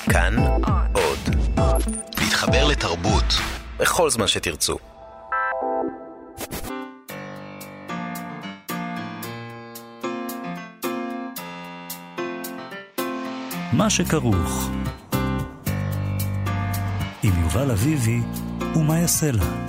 כאן עוד. להתחבר לתרבות בכל זמן שתרצו. מה שכרוך עם יובל אביבי ומה יעשה לה.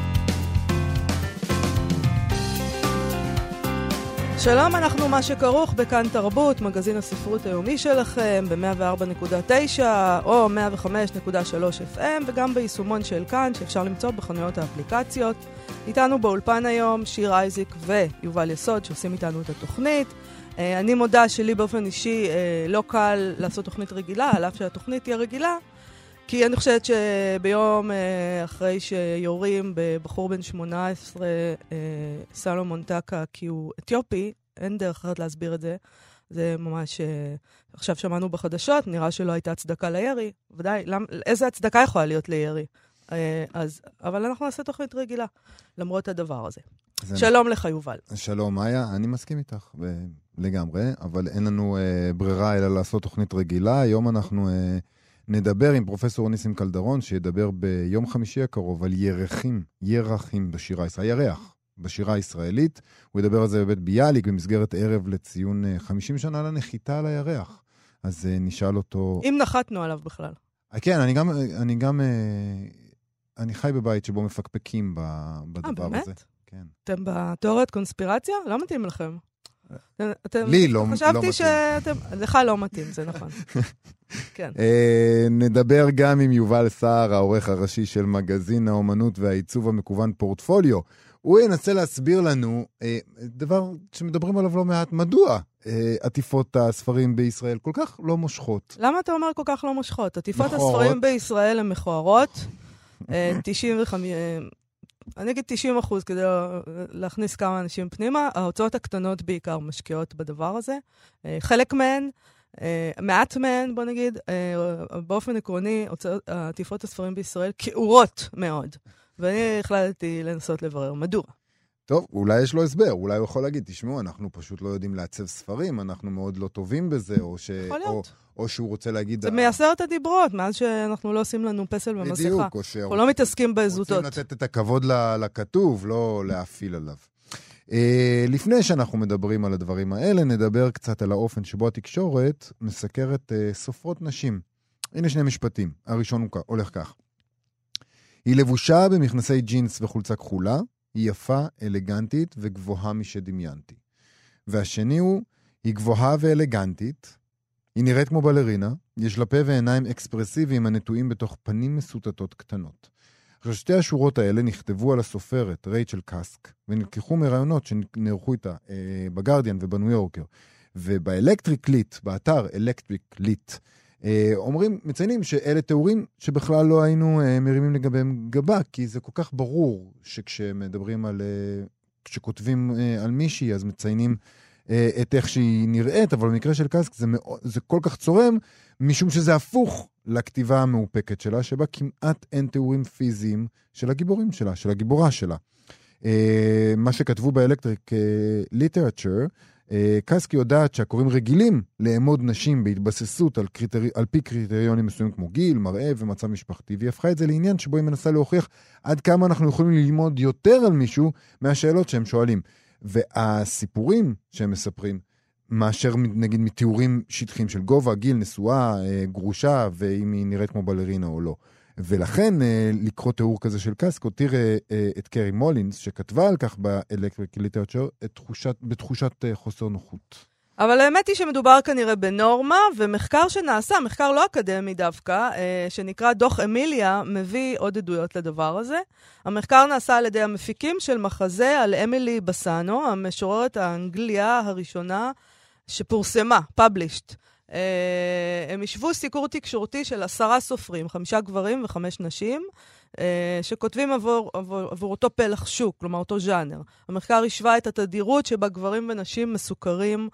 שלום, אנחנו מה שכרוך בכאן תרבות, מגזין הספרות היומי שלכם ב-104.9 או 105.3 FM וגם ביישומון של כאן שאפשר למצוא בחנויות האפליקציות. איתנו באולפן היום שיר אייזיק ויובל יסוד שעושים איתנו את התוכנית. אני מודה שלי באופן אישי לא קל לעשות תוכנית רגילה, על אף שהתוכנית תהיה רגילה, כי אני חושבת שביום אחרי שיורים בבחור בן 18, סלומון טקה, כי הוא אתיופי, אין דרך אחרת להסביר את זה. זה ממש, עכשיו שמענו בחדשות, נראה שלא הייתה הצדקה לירי. ודאי, איזה הצדקה יכולה להיות לירי? אבל אנחנו נעשה תוכנית רגילה, למרות הדבר הזה. שלום לך, יובל. שלום, מאיה, אני מסכים איתך לגמרי, אבל אין לנו ברירה אלא לעשות תוכנית רגילה. היום אנחנו נדבר עם פרופסור ניסים קלדרון, שידבר ביום חמישי הקרוב על ירחים בשירה הישראלית, ירח בשירה הישראלית. הוא ידבר על זה בבית ביאליק, במסגרת ערב לציון 50 שנה לנחיתה על הירח. אז נשאל אותו... אם נחתנו עליו בכלל. כן, אני חי בבית שבו מפקפקים בדבר הזה. באמת? כן. אתם בתיאוריית קונספירציה? לא מתאים לכם. לי לא מתאים. חשבתי שאתם... לך לא מתאים, זה נכון. כן. נדבר גם עם יובל סער, העורך הראשי של מגזין האומנות והעיצוב המקוון פורטפוליו. הוא ינסה להסביר לנו דבר שמדברים עליו לא מעט, מדוע עטיפות הספרים בישראל כל כך לא מושכות. למה אתה אומר כל כך לא מושכות? עטיפות הספרים בישראל הן מכוערות, 95... אני אגיד 90% כדי להכניס כמה אנשים פנימה. ההוצאות הקטנות בעיקר משקיעות בדבר הזה. חלק מהן, מעט מהן, בוא נגיד, באופן עקרוני, עטיפות הספרים בישראל כאורות מאוד. ואני החלטתי לנסות לברר. מדוע? טוב, אולי יש לו הסבר. אולי הוא יכול להגיד, תשמעו, אנחנו פשוט לא יודעים לעצב ספרים, אנחנו מאוד לא טובים בזה, או שהוא רוצה להגיד... זה מייסר את הדיברות, מאז שאנחנו לא עושים לנו פסל במסכה. בדיוק, אנחנו לא מתעסקים בעזותות. רוצים לתת את הכבוד לכתוב, לא להפיל עליו. לפני שאנחנו מדברים על הדברים האלה, נדבר קצת על האופן שבו התקשורת מסקרת סופרות נשים. הנה שני משפטים. הראשון הולך כך. היא לבושה במכנסי ג'ינס וחולצה כחולה, היא יפה, אלגנטית וגבוהה משדמיינתי. והשני הוא, היא גבוהה ואלגנטית, היא נראית כמו בלרינה, יש לה פה ועיניים אקספרסיביים הנטועים בתוך פנים מסוטטות קטנות. עכשיו, שתי השורות האלה נכתבו על הסופרת רייצ'ל קאסק, ונלקחו מרעיונות שנערכו איתה בגרדיאן ובניו יורקר. ובאלקטריק ליט, באתר אלקטריק ליט, מציינים שאלה תיאורים שבכלל לא היינו מרימים לגביהם גבה, כי זה כל כך ברור שכשמדברים כשכותבים על מישהי, אז מציינים את איך שהיא נראית, אבל במקרה של קאסק זה כל כך צורם, משום שזה הפוך לכתיבה המאופקת שלה, שבה כמעט אין תיאורים פיזיים של הגיבורים שלה, של הגיבורה שלה. מה שכתבו באלקטריק ליטרצ'ר, קאסק יודעת שהקוראים רגילים לאמוד נשים בהתבססות על פי קריטריונים מסוימים כמו גיל, מראה ומצב משפחתי, והיא הפכה את זה לעניין שבו היא מנסה להוכיח עד כמה אנחנו יכולים ללמוד יותר על מישהו מהשאלות שהם שואלים. והסיפורים שהם מספרים, מאשר נגיד מתיאורים שטחים של גובה, גיל, נשואה, גרושה, ואם היא נראית כמו בלרינה או לא. ולכן לקרוא תיאור כזה של קאסק, הותיר את קרי מולינס, שכתבה על כך באלקטריק ליטרצ'ר, בתחושת חוסר נוחות. אבל האמת היא שמדובר כנראה בנורמה, ומחקר שנעשה, מחקר לא אקדמי דווקא, שנקרא דוח אמיליה, מביא עוד עדויות לדבר הזה. המחקר נעשה על ידי המפיקים של מחזה על אמילי בסאנו, המשוררת האנגליה הראשונה שפורסמה, published. הם ישבו סיקור תקשורתי של 10 סופרים, 5 גברים ו5 נשים, שכותבים עבור אותו פלח שוק, כלומר אותו ז'אנר. המחקר השווה את התדירות שבה גברים ונשים מסוכרים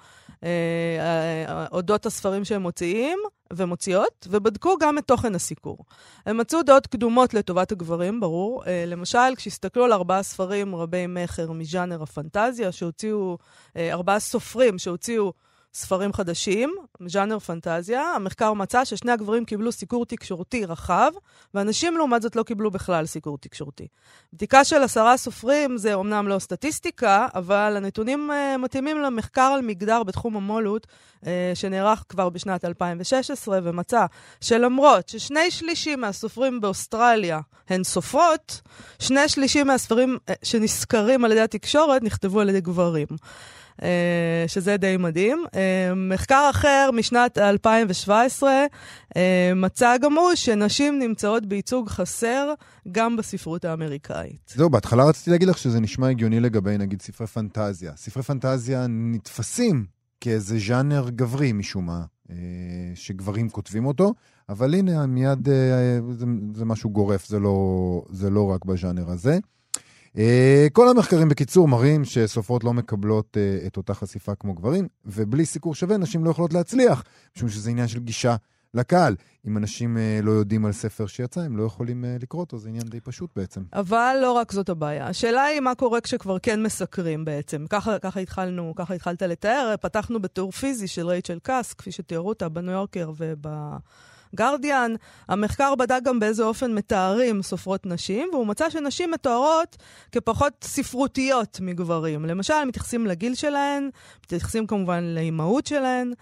אודות הספרים שהם מוציאים ומוציאות, ובדקו גם את תוכן הסיקור. הם מצאו דעות קדומות לטובת הגברים, ברור. למשל, כשהסתכלו על 4 ספרים רבי מחר מז'אנר הפנטזיה, שהוציאו 4 סופרים שהוציאו ספרים חדשים, ז'אנר פנטזיה. המחקר מצא ששני הגברים קיבלו סיקור תקשורתי רחב, ואנשים לעומת זאת לא קיבלו בכלל סיקור תקשורתי. בדיקה של 10 סופרים זה אומנם לא סטטיסטיקה, אבל הנתונים מתאימים למחקר על מגדר בתחום המו"לות, שנערך כבר בשנת 2016, ומצא שלמרות ש2/3 מהסופרים באוסטרליה הן סופרות, 2/3 מהספרים שנזכרים על ידי התקשורת נכתבו על ידי גברים. שזה די מדהים. מחקר אחר משנת 2017 מצא גם הוא שנשים נמצאות בייצוג חסר גם בספרות האמריקאית. זהו, בהתחלה רציתי להגיד לך שזה נשמע הגיוני לגבי נגיד ספרי פנטזיה. ספרי פנטזיה נתפסים כאיזה ז'אנר גברי משום מה, שגברים כותבים אותו, אבל הנה מיד זה משהו גורף, זה לא רק בז'אנר הזה. כל המחקרים בקיצור מראים שסופרות לא מקבלות את אותה חשיפה כמו גברים, ובלי סיקור שווה נשים לא יכולות להצליח, משום שזה עניין של גישה לקהל. אם אנשים לא יודעים על ספר שיצא, הם לא יכולים לקרוא אותו, זה עניין די פשוט בעצם. אבל לא רק זאת הבעיה. השאלה היא מה קורה כשכבר כן מסקרים בעצם. ככה התחלת לתאר, פתחנו בתיאור פיזי של רייצ'ל קאס, כפי שתיארו אותה בניו יורקר גרדיאן. המחקר בדק גם באיזה אופן מתארים סופרות נשים, והוא מצא שנשים מתוארות כפחות ספרותיות מגברים. למשל, מתייחסים לגיל שלהן, מתייחסים כמובן לאימהות שלהן.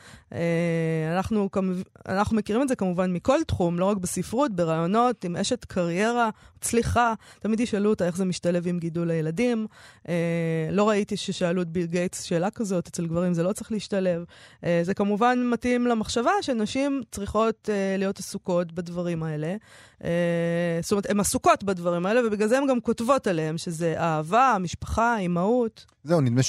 אנחנו מכירים את זה כמובן מכל תחום, לא רק בספרות, ברעיונות, עם אשת קריירה, צליחה. תמיד ישאלו אותה איך זה משתלב עם גידול הילדים. לא ראיתי ששאלו את ביל גייטס שאלה כזאת, אצל גברים זה לא צריך להשתלב. זה כמובן מתאים למחשבה שנשים צריכות להיות עסוקות בדברים האלה. זאת אומרת, הן עסוקות בדברים האלה, ובגלל זה הן גם כותבות עליהם, שזה אהבה, משפחה, אימהות. זהו, נדמה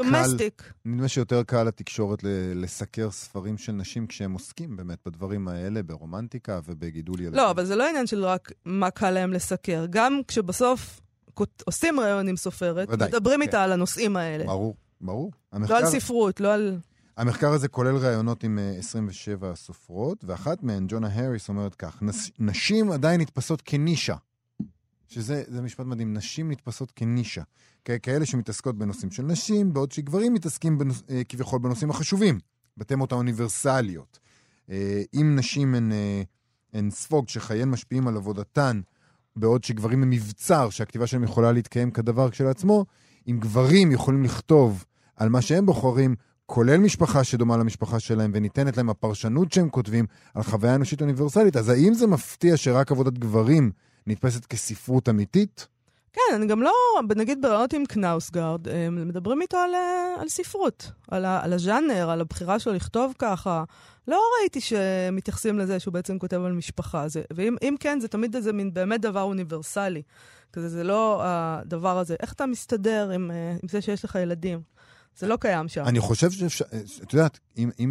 שיותר קל לתקשורת לסקר ספרים של נשים כשהם עוסקים באמת בדברים האלה, ברומנטיקה ובגידול ילדים. לא, אבל זה לא עניין של רק מה קל להם לסקר. גם כשבסוף עושים רעיון עם סופרת, מדברים איתה על הנושאים האלה. ברור. לא על ספרות, לא על... המחקר הזה כולל ראיונות עם 27 סופרות, ואחת מהן, ג'ונה הריס, אומרת כך, נשים עדיין נתפסות כנישה. שזה משפט מדהים, נשים נתפסות כנישה. כאלה שמתעסקות בנושאים של נשים, בעוד שגברים מתעסקים כביכול בנושאים החשובים, בתמות האוניברסליות. אם נשים הן ספוג שחייהן משפיעים על עבודתן, בעוד שגברים הם מבצר, שהכתיבה שלהם יכולה להתקיים כדבר כשלעצמו, אם גברים יכולים לכתוב על מה שהם בוחרים, כולל משפחה שדומה למשפחה שלהם, וניתנת להם הפרשנות שהם כותבים על חוויה אנושית אוניברסלית, אז האם זה מפתיע שרק עבודת גברים נתפסת כספרות אמיתית? כן, אני גם לא, נגיד ברעיונות עם קנאוסגרד, מדברים איתו על ספרות, על הז'אנר, על הבחירה שלו לכתוב ככה. לא ראיתי שמתייחסים לזה שהוא בעצם כותב על משפחה. ואם כן, זה תמיד איזה מין באמת דבר אוניברסלי. כזה, זה לא הדבר הזה. איך אתה מסתדר עם זה שיש לך ילדים? זה לא קיים שם. אני חושב שאפשר, את יודעת, אם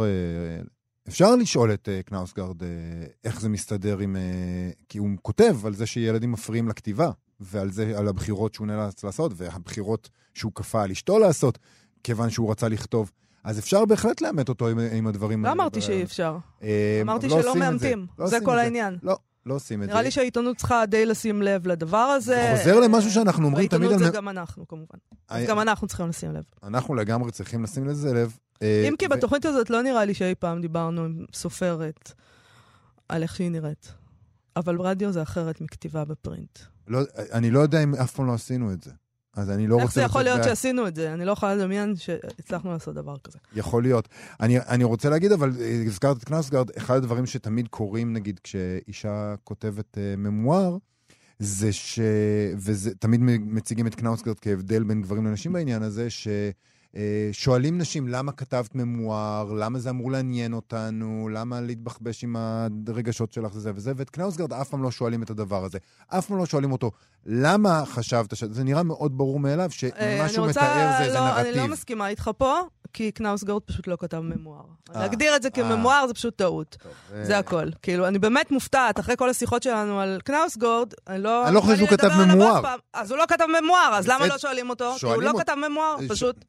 אפשר לשאול את קנאוסגרד איך זה מסתדר עם, כי הוא כותב על זה שילדים מפריעים לכתיבה, ועל זה, על הבחירות שהוא נאלץ לעשות, והבחירות שהוא כפה על אשתו לעשות, כיוון שהוא רצה לכתוב. אז אפשר בהחלט לאמת אותו עם הדברים. לא אמרתי שאי אפשר. אמרתי שלא מאמתים. זה כל העניין. לא עושים את זה. נראה לי שהעיתונות צריכה די לשים לב לדבר הזה. זה חוזר למשהו שאנחנו אומרים תמיד... העיתונות זה גם אנחנו, כמובן. אז גם אנחנו צריכים לשים לב. אנחנו לגמרי צריכים לשים לזה לב. אם כי בתוכנית הזאת לא נראה לי שאי פעם דיברנו עם סופרת על איך שהיא נראית. אבל ברדיו זה אחרת מכתיבה בפרינט. אני לא יודע אם אף פעם לא עשינו את זה. אז אני לא רוצה... איך זה יכול להיות שעשינו את זה? אני לא יכולה לדמיין שהצלחנו לעשות דבר כזה. יכול להיות. אני רוצה להגיד, אבל הזכרת את קנאוסגרד, אחד הדברים שתמיד קורים, נגיד, כשאישה כותבת ממואר, זה ותמיד מציגים את קנאוסגרד כהבדל בין גברים לנשים בעניין הזה, שואלים נשים, למה כתבת ממואר, למה זה אמור לעניין אותנו, למה להתבחבש עם הרגשות שלך וזה וזה, ואת קנאוסגרד אף פעם לא שואלים את הדבר הזה. אף פעם לא שואלים אותו, למה חשבת זה נראה מאוד ברור מאליו, שמשהו מתאר זה נרטיב. אני לא מסכימה איתך פה, כי קנאוסגרד פשוט לא כתב ממואר. להגדיר את זה כממואר זה פשוט טעות. זה הכל. כאילו, אני באמת מופתעת, אחרי כל השיחות שלנו על קנאוסגרד, אני לא חושב שהוא כתב ממואר. אז הוא לא כתב ממואר, אז למה לא שואלים אותו? כי הוא לא כתב ממואר, פשוט...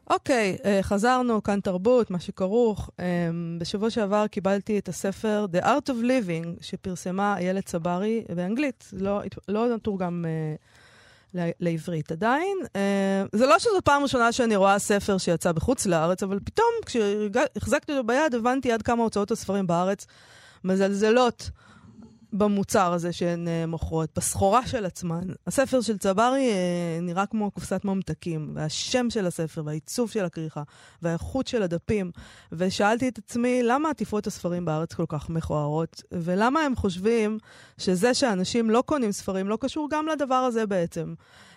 אוקיי, חזרנו, כאן תרבות, מה שכרוך. בשבוע שעבר קיבלתי את הספר The Art of Living, שפרסמה איילת צברי באנגלית. לא תורגם לעברית עדיין. זה לא שזו פעם ראשונה שאני רואה ספר שיצא בחוץ לארץ, אבל פתאום כשהחזקתי אותו ביד, הבנתי עד כמה הוצאות הספרים בארץ מזלזלות במוצר הזה שהן מוכרות, בסחורה של עצמן. הספר של צברי נראה כמו קופסת ממתקים, והשם של הספר, והעיצוב של הכריכה, והאיכות של הדפים. ושאלתי את עצמי, למה עטיפות הספרים בארץ כל כך מכוערות? ולמה הם חושבים שזה שאנשים לא קונים ספרים לא קשור גם לדבר הזה בעצם?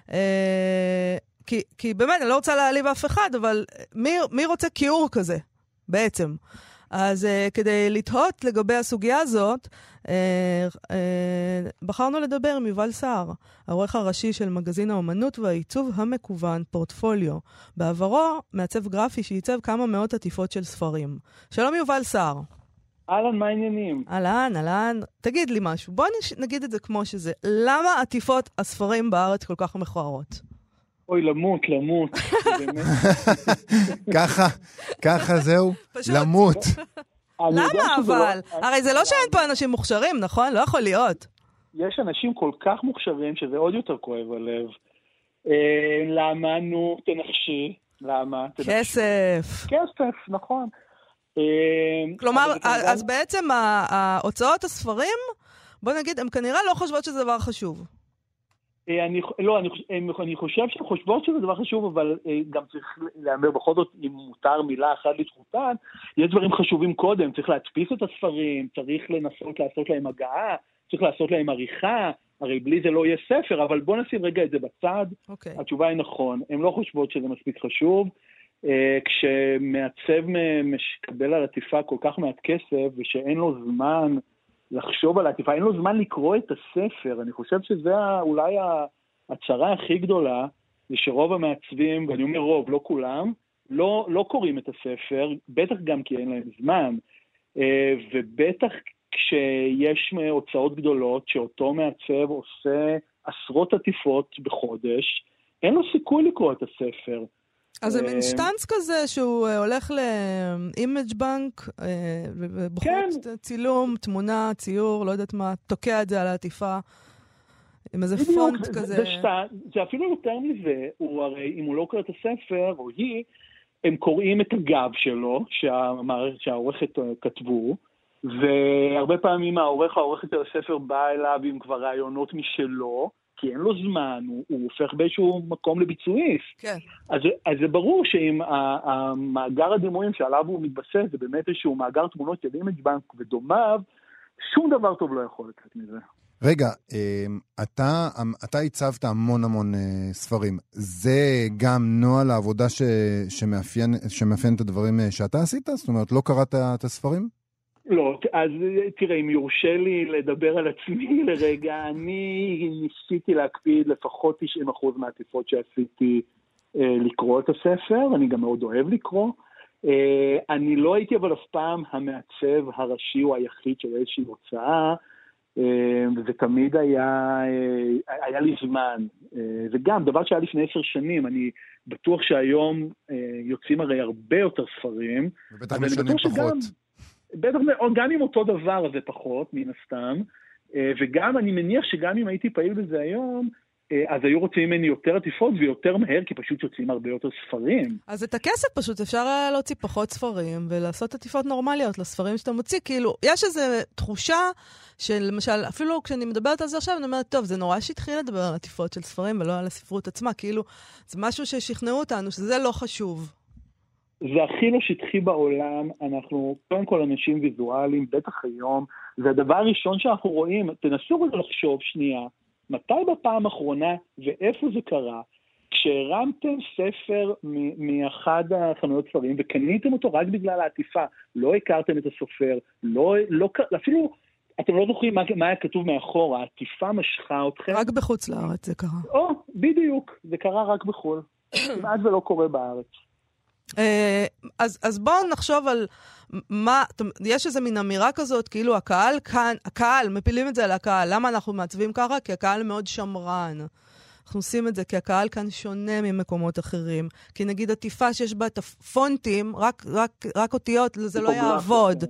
כי באמת, אני לא רוצה להעליב אף אחד, אבל מי רוצה קיור כזה בעצם? אז כדי לתהות לגבי הסוגיה הזאת, בחרנו לדבר עם יובל סער, העורך הראשי של מגזין האומנות והעיצוב המקוון פורטפוליו. בעברו מעצב גרפי שייצב כמה מאות עטיפות של ספרים. שלום יובל סער. אהלן, מה העניינים? אהלן. תגיד לי משהו, בוא נגיד את זה כמו שזה. למה עטיפות הספרים בארץ כל כך מכוערות? אוי, למות. ככה זהו, למות. למה אבל? הרי זה לא שאין פה אנשים מוכשרים, נכון? לא יכול להיות. יש אנשים כל כך מוכשרים שזה עוד יותר כואב הלב. למה? נו, תנחשי. למה? כסף, נכון. כלומר, אז בעצם ההוצאות הספרים, בוא נגיד, הן כנראה לא חושבות שזה דבר חשוב. אני חושב שהן חושבות שזה דבר חשוב, אבל גם צריך להאמר בכל זאת, אם מותר מילה אחת לזכותן, יש דברים חשובים קודם, צריך להדפיס את הספרים, צריך לנסות לעשות להם הגעה, צריך לעשות להם עריכה, הרי בלי זה לא יהיה ספר, אבל בוא נשים רגע את זה בצד. התשובה היא נכון, הן לא חושבות שזה מספיק חשוב, כשמעצב מקבל על עטיפה כל כך מעט כסף, ושאין לו זמן לחשוב על העטיפה, אין לו זמן לקרוא את הספר. אני חושב שזה אולי הצרה הכי גדולה, זה שרוב המעצבים, ואני אומר רוב, לא כולם, לא קוראים את הספר, בטח גם כי אין להם זמן, ובטח כשיש הוצאות גדולות, שאותו מעצב עושה עשרות עטיפות בחודש, אין לו סיכוי לקרוא את הספר. אז זה מין שטנץ כזה שהוא הולך לאימג' בנק, ובחוץ צילום, תמונה, ציור, לא יודעת מה, תוקע את זה על העטיפה, עם איזה פונט כזה. זה אפילו יותר מזה, הוא הרי, אם הוא לא קורא את הספר, או היא, הם קוראים את הגב שלו, שהעורכת כתבו, והרבה פעמים העורכת של הספר באה אליו עם כבר רעיונות משלו, כי אין לו זמן, הוא הופך באיזשהו מקום לביצועיסט. כן. אז זה ברור שאם המאגר הדימויים שעליו הוא מתבסס, זה באמת איזשהו מאגר תמונות של אימג' בנק ודומיו, שום דבר טוב לא יכול לצאת מזה. רגע, אתה הצבת המון ספרים. זה גם נוהל העבודה שמאפיין את הדברים שאתה עשית? זאת אומרת, לא קראת את הספרים? לא, אז תראה, אם יורשה לי לדבר על עצמי לרגע, אני ניסיתי להקפיד לפחות 90% מהעטיפות שעשיתי לקרוא את הספר, אני גם מאוד אוהב לקרוא. אני לא הייתי אבל אף פעם המעצב הראשי או היחיד של איזושהי הוצאה, וזה תמיד היה לי זמן. וגם, דבר שהיה לפני 10 שנים, אני בטוח שהיום יוצאים הרי הרבה יותר ספרים. ובטח משנים פחות. בטח מאוד, גם עם אותו דבר זה פחות, מן הסתם, וגם אני מניח שגם אם הייתי פעיל בזה היום, אז היו רוצים ממני יותר עטיפות ויותר מהר, כי פשוט יוצאים הרבה יותר ספרים. אז את הכסף פשוט אפשר להוציא פחות ספרים, ולעשות עטיפות נורמליות לספרים שאתה מוציא, כאילו, יש איזו תחושה של, למשל, אפילו כשאני מדברת על זה עכשיו, אני אומרת, טוב, זה נורא שהתחיל לדבר על עטיפות של ספרים, ולא על הספרות עצמה, כאילו, זה משהו ששכנעו אותנו, שזה לא חשוב. זה הכי לא שטחי בעולם, אנחנו קודם כל אנשים ויזואליים, בטח היום, זה הדבר הראשון שאנחנו רואים, תנסו רגע לחשוב שנייה, מתי בפעם האחרונה ואיפה זה קרה, כשהרמתם ספר מאחד החנויות ספרים וקניתם אותו רק בגלל העטיפה, לא הכרתם את הסופר, אפילו אתם לא זוכרים מה היה כתוב מאחור, העטיפה משכה אתכם. רק בחוץ לארץ זה קרה. בדיוק, זה קרה רק בחול. כמעט זה לא קורה בארץ. אז בואו נחשוב על מה, יש איזה מין אמירה כזאת, כאילו הקהל, מפילים את זה על הקהל, למה אנחנו מעצבים ככה? כי הקהל מאוד שמרן. אנחנו עושים את זה כי הקהל כאן שונה ממקומות אחרים. כי נגיד עטיפה שיש בה את הפונטים, רק אותיות, זה לא יעבוד.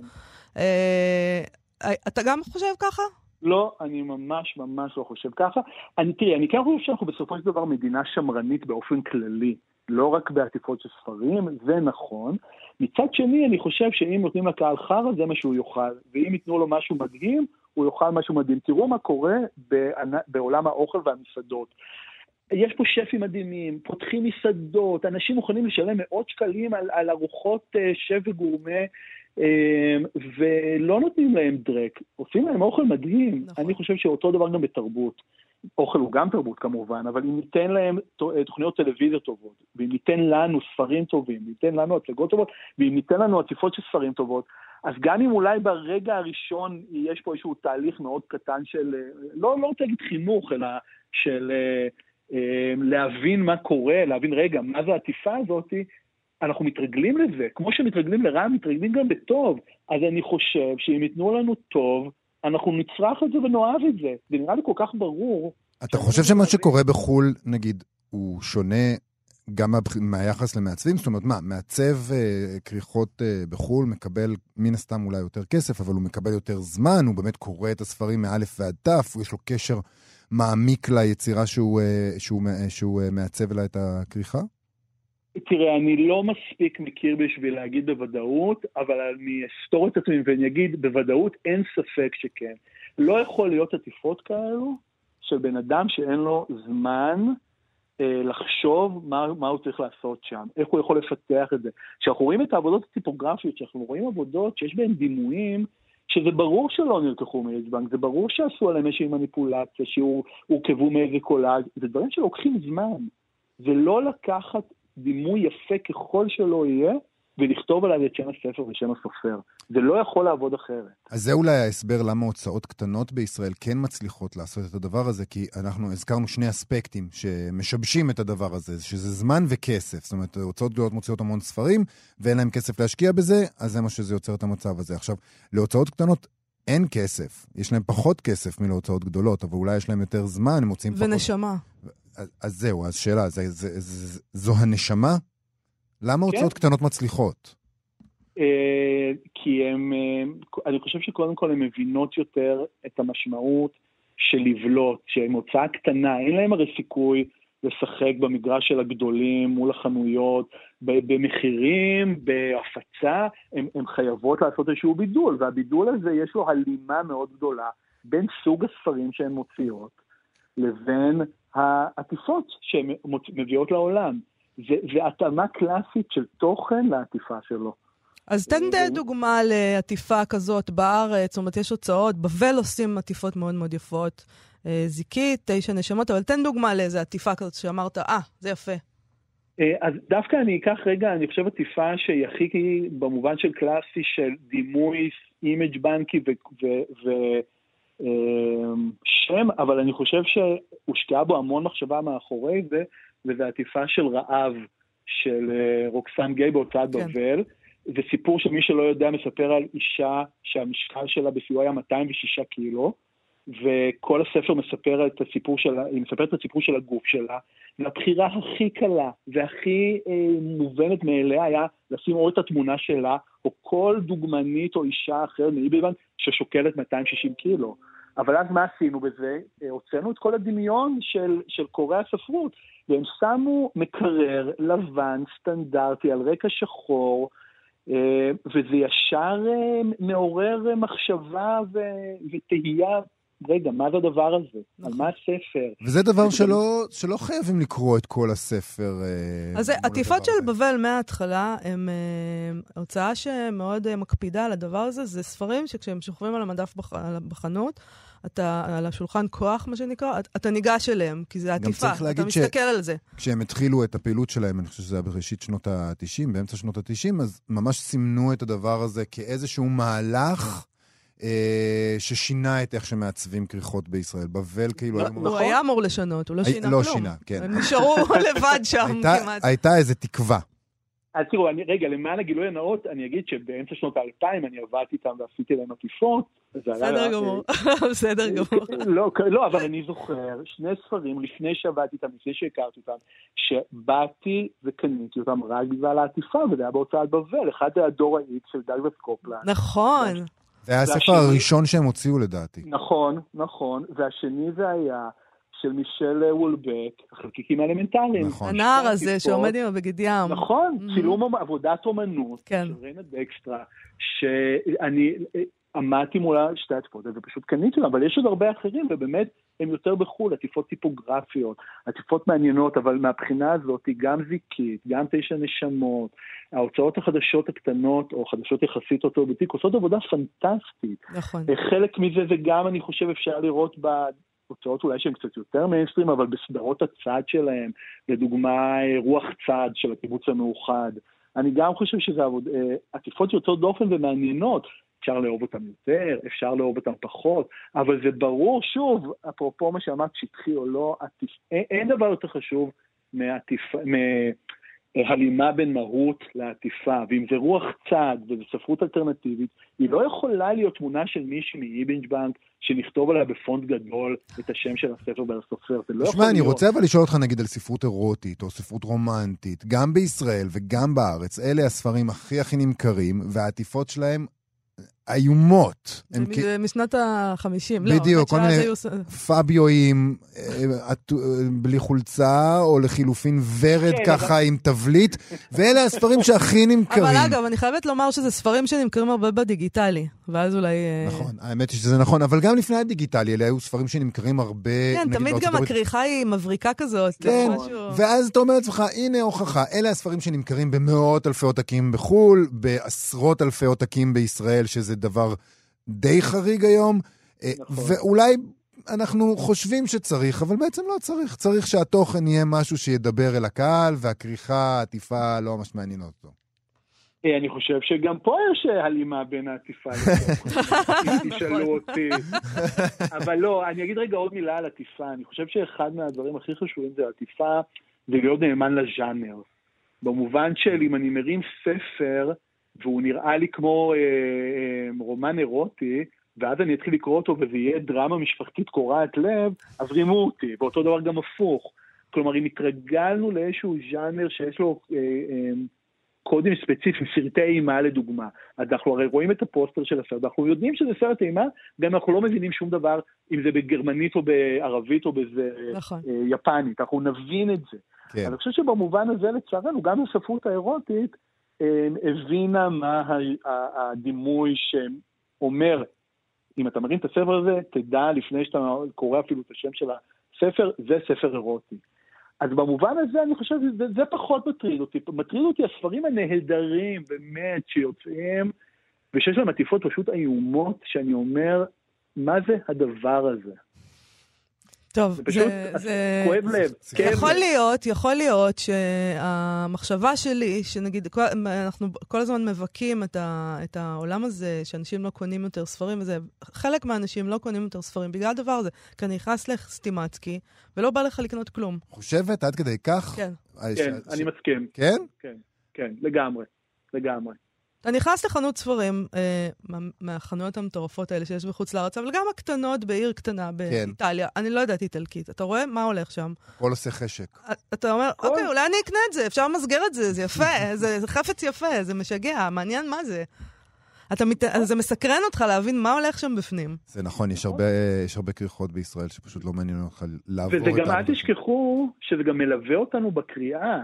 אתה גם חושב ככה? לא, אני ממש ממש לא חושב ככה. תראי, אני כן חושב שאנחנו בסופו של דבר מדינה שמרנית באופן כללי, לא רק בעטיפות של ספרים, זה נכון. מצד שני, אני חושב שאם נותנים לקהל חרא, זה מה שהוא יאכל. ואם ייתנו לו משהו מדהים, הוא יאכל משהו מדהים. תראו מה קורה בעולם האוכל והמסעדות. יש פה שפים מדהימים, פותחים מסעדות, אנשים מוכנים לשלם מאות שקלים על ארוחות שף וגורמה, ולא נותנים להם דרק, עושים להם אוכל מדהים. נכון. אני חושב שאותו דבר גם בתרבות. אוכל הוא גם תרבות כמובן, אבל אם ניתן להם תוכניות טלוויזיה טובות, ואם ניתן לנו ספרים טובים, ניתן לנו הצגות טובות, ואם ניתן לנו עטיפות של ספרים טובות, אז גם אם אולי ברגע הראשון יש פה איזשהו תהליך מאוד קטן של, לא רוצה להגיד חינוך, אלא של להבין מה קורה, להבין רגע, מה זה העטיפה הזאת, אנחנו מתרגלים לזה, כמו שמתרגלים לרע, מתרגלים גם בטוב. אז אני חושב שאם ייתנו לנו טוב, אנחנו נצרח את זה ונאהב את זה. זה נראה לי כל כך ברור. אתה חושב שמה שקורה בחול, נגיד, הוא שונה גם מהיחס למעצבים? זאת אומרת, מה, מעצב כריכות בחול מקבל מן הסתם אולי יותר כסף, אבל הוא מקבל יותר זמן, הוא באמת קורא את הספרים מאלף ועד תף, יש לו קשר מעמיק ליצירה שהוא מעצב לה את הכריכה? תראה, אני לא מספיק מכיר בשביל להגיד בוודאות, אבל אני אסתור את עצמי ואני אגיד, בוודאות אין ספק שכן. לא יכול להיות עטיפות כאלו של בן אדם שאין לו זמן לחשוב מה הוא צריך לעשות שם, איך הוא יכול לפתח את זה. כשאנחנו רואים את העבודות הטיפוגרפיות, כשאנחנו רואים עבודות שיש בהן דימויים, שזה ברור שלא נלקחו מאצבנק, זה ברור שעשו עליהם איזושהי מניפולציה, שהורכבו מאיזה קולאז', זה דברים שלוקחים זמן. זה לא לקחת דימוי יפה ככל שלא יהיה, ולכתוב עליו את שם הספר ושם הסופר. זה לא יכול לעבוד אחרת. אז זה אולי ההסבר למה הוצאות קטנות בישראל כן מצליחות לעשות את הדבר הזה, כי אנחנו הזכרנו שני אספקטים שמשבשים את הדבר הזה, שזה זמן וכסף. זאת אומרת, הוצאות גדולות מוציאות המון ספרים, ואין להם כסף להשקיע בזה, אז זה מה שזה יוצר את המצב הזה. עכשיו, להוצאות קטנות אין כסף. יש להם פחות כסף מלהוצאות גדולות, אבל אולי יש להם יותר זמן, הם מוצאים פחות. ונשמה. אז זהו, אז שאלה, זו הנשמה? למה הוצאות קטנות מצליחות? כי אני חושב שקודם כל הן מבינות יותר את המשמעות של לבלוט, שהן הוצאה קטנה, אין להם הרי סיכוי לשחק במגרש של הגדולים מול החנויות, במחירים, בהפצה, הן חייבות לעשות איזשהו בידול, והבידול הזה יש לו הלימה מאוד גדולה בין סוג הספרים שהן מוציאות לבין העטיפות שהן מביאות לעולם. זה התאמה קלאסית של תוכן לעטיפה שלו. אז תן דוגמה לעטיפה כזאת בארץ, זאת אומרת, יש הוצאות, בבל עושים עטיפות מאוד מאוד יפות, זיקית, 9 נשמות, אבל תן דוגמה לאיזה עטיפה כזאת שאמרת, זה יפה. אז דווקא אני אקח רגע, אני חושב עטיפה שהיא הכי במובן של קלאסי של דימוי, אימג' בנקי ושם, אבל אני חושב שהושקעה בו המון מחשבה מאחורי זה, וזה עטיפה של רעב של רוקסן גיי בהוצאת בבל. זה סיפור שמי שלא יודע מספר על אישה שהמשקל שלה בסיוע היה 206 קילו, וכל הספר מספר את הסיפור שלה, היא מספרת את הסיפור של הגוף שלה, והבחירה הכי קלה והכי מובנת מאליה היה לשים או את התמונה שלה, או כל דוגמנית או אישה אחרת מאיבלבן ששוקלת 260 קילו. אבל אז מה עשינו בזה? הוצאנו את כל הדמיון של קוראי הספרות, והם שמו מקרר לבן סטנדרטי על רקע שחור, וזה ישר מעורר מחשבה ותהייה, רגע, מה זה הדבר הזה? על מה הספר? וזה דבר שלא חייבים לקרוא את כל הספר. אז עטיפות של בבל מההתחלה, הם הוצאה שמאוד מקפידה על הדבר הזה, זה ספרים שכשהם שוכבים על המדף בחנות, אתה על השולחן כוח, מה שנקרא, אתה ניגש אליהם, כי זה עטיפה, אתה מסתכל על זה. כשהם התחילו את הפעילות שלהם, אני חושב שזה היה בראשית שנות ה-90, באמצע שנות ה-90, אז ממש סימנו את הדבר הזה כאיזשהו מהלך ששינה את איך שמעצבים כריכות בישראל. בבל כאילו... הוא היה אמור לשנות, הוא לא שינה כלום. לא שינה, כן. הם נשארו לבד שם כמעט. הייתה איזו תקווה. אז תראו, רגע, למען הגילוי הנאות, אני אגיד שבאמצע שנות ה-2000 אני עבדתי איתם ועשיתי להם עטיפות. בסדר גמור, בסדר גמור. לא, אבל אני זוכר 2 ספרים לפני שעבדתי איתם, לפני שהכרתי אותם, שבאתי וקניתי אותם רק בגלל העטיפה, וזה היה בהוצאת בבל, אחד היה דור ה-X של דאגלס קופלנד. נכון. זה היה הספר הראשון שהם הוציאו לדעתי. נכון, והשני זה היה של מישל וולבק, החלקיקים האלמנטריים. הנער הזה שעומד עם הבגד ים. נכון, צילום עבודת אומנות, של ריינה דקסטרה, שאני עמדתי מולה 2 עטיפות, ופשוט קניתי אותם, אבל יש עוד הרבה אחרים, ובאמת הם יותר בחול, עטיפות טיפוגרפיות, עטיפות מעניינות, אבל מהבחינה הזאת היא גם זיקית, גם 9 נשמות, ההוצאות החדשות הקטנות, או חדשות יחסית אותו בתיק, עושות עבודה פנטסטית. נכון. חלק מזה, וגם אני חושב אפשר לראות הוצאות אולי שהן קצת יותר מיינסטרים, אבל בסדרות הצד שלהם, לדוגמה רוח צד של הקיבוץ המאוחד, אני גם חושב שזה עטיפות יוצאות דופן ומעניינות, אפשר לאהוב אותם יותר, אפשר לאהוב אותם פחות, אבל זה ברור, שוב, אפרופו מה שאמרת שטחי או לא, אין דבר יותר חשוב מהלימה בין מהות לעטיפה, ואם זה רוח צד וזה ספרות אלטרנטיבית, היא לא יכולה להיות תמונה של מישהי מאיבינג'בנק שנכתוב עליה בפונט גדול את השם של הספר והסופר. זה לא יכול להיות. אני רוצה אבל לשאול אותך נגיד על ספרות אירוטית או ספרות רומנטית, גם בישראל וגם בארץ, אלה הספרים הכי נמכרים, והעטיפות שלהם איומות. זה משנת ה-50. בדיוק, כל מיני פאביואים בלי חולצה, או לחילופין ורד ככה עם תבלית, ואלה הספרים שהכי נמכרים. אבל אגב, אני חייבת לומר שזה ספרים שנמכרים הרבה בדיגיטלי, ואז אולי... נכון, האמת היא שזה נכון, אבל גם לפני הדיגיטלי, אלה היו ספרים שנמכרים הרבה... כן, תמיד גם הכריכה היא מבריקה כזאת. כן, ואז אתה אומר לעצמך, הנה הוכחה, אלה הספרים שנמכרים במאות אלפי עותקים בחול, בעשרות אלפי עותקים בישראל, שזה דבר די חריג היום, ואולי אנחנו חושבים שצריך, אבל בעצם לא צריך. צריך שהתוכן יהיה משהו שידבר אל הקהל, והכריכה, העטיפה, לא ממש מעניין אותו. אני חושב שגם פה יש הלימה בין העטיפה לתוכן. תשאלו אותי. אבל לא, אני אגיד רגע עוד מילה על עטיפה. אני חושב שאחד מהדברים הכי חשובים זה עטיפה, זה להיות נאמן לז'אנר. במובן של אם אני מרים ספר, והוא נראה לי כמו רומן אירוטי, ואז אני אתחיל לקרוא אותו, וזה יהיה דרמה משפחתית קורעת לב, אז רימו אותי, ואותו דבר גם הפוך. כלומר, אם התרגלנו לאיזשהו ז'אנר שיש לו קודים ספציפיים, סרטי אימה לדוגמה, אז אנחנו הרי רואים את הפוסטר של הסרט, אנחנו יודעים שזה סרט אימה, גם אנחנו לא מבינים שום דבר, אם זה בגרמנית או בערבית או בזה יפנית, אנחנו נבין את זה. כן. אני חושב שבמובן הזה לצערנו, גם בספרות האירוטית, הבינה מה הדימוי שאומר, אם אתה מרים את הספר הזה, תדע לפני שאתה קורא אפילו את השם של הספר, זה ספר אירוטי. אז במובן הזה אני חושב שזה פחות מטריד אותי. מטריד אותי הספרים הנהדרים באמת שיוצאים, ושיש להם עטיפות פשוט איומות, שאני אומר, מה זה הדבר הזה? טוב, זה פשוט כואב לב. יכול להיות שהמחשבה שלי, שנגיד, אנחנו כל הזמן מבקים את העולם הזה, שאנשים לא קונים יותר ספרים, וזה, חלק מהאנשים לא קונים יותר ספרים, בגלל הדבר הזה, כי אני נכנס לסטימצקי, ולא בא לך לקנות כלום. חושבת עד כדי כך? כן, אני מסכים. כן? כן, לגמרי. אתה נכנס לחנות ספרים, מהחנויות המטורפות האלה שיש בחוץ לארץ, אבל גם הקטנות בעיר קטנה באיטליה. אני לא יודעת איטלקית. אתה רואה מה הולך שם? הכל עושה חשק. אתה אומר, אוקיי, אולי אני אקנה את זה, אפשר למסגר את זה, זה יפה, זה חפץ יפה, זה משגע, מעניין מה זה. זה מסקרן אותך להבין מה הולך שם בפנים. זה נכון, יש הרבה כריכות בישראל שפשוט לא מעניין אותך לעבור את זה. וזה גם אל תשכחו שזה גם מלווה אותנו בקריאה.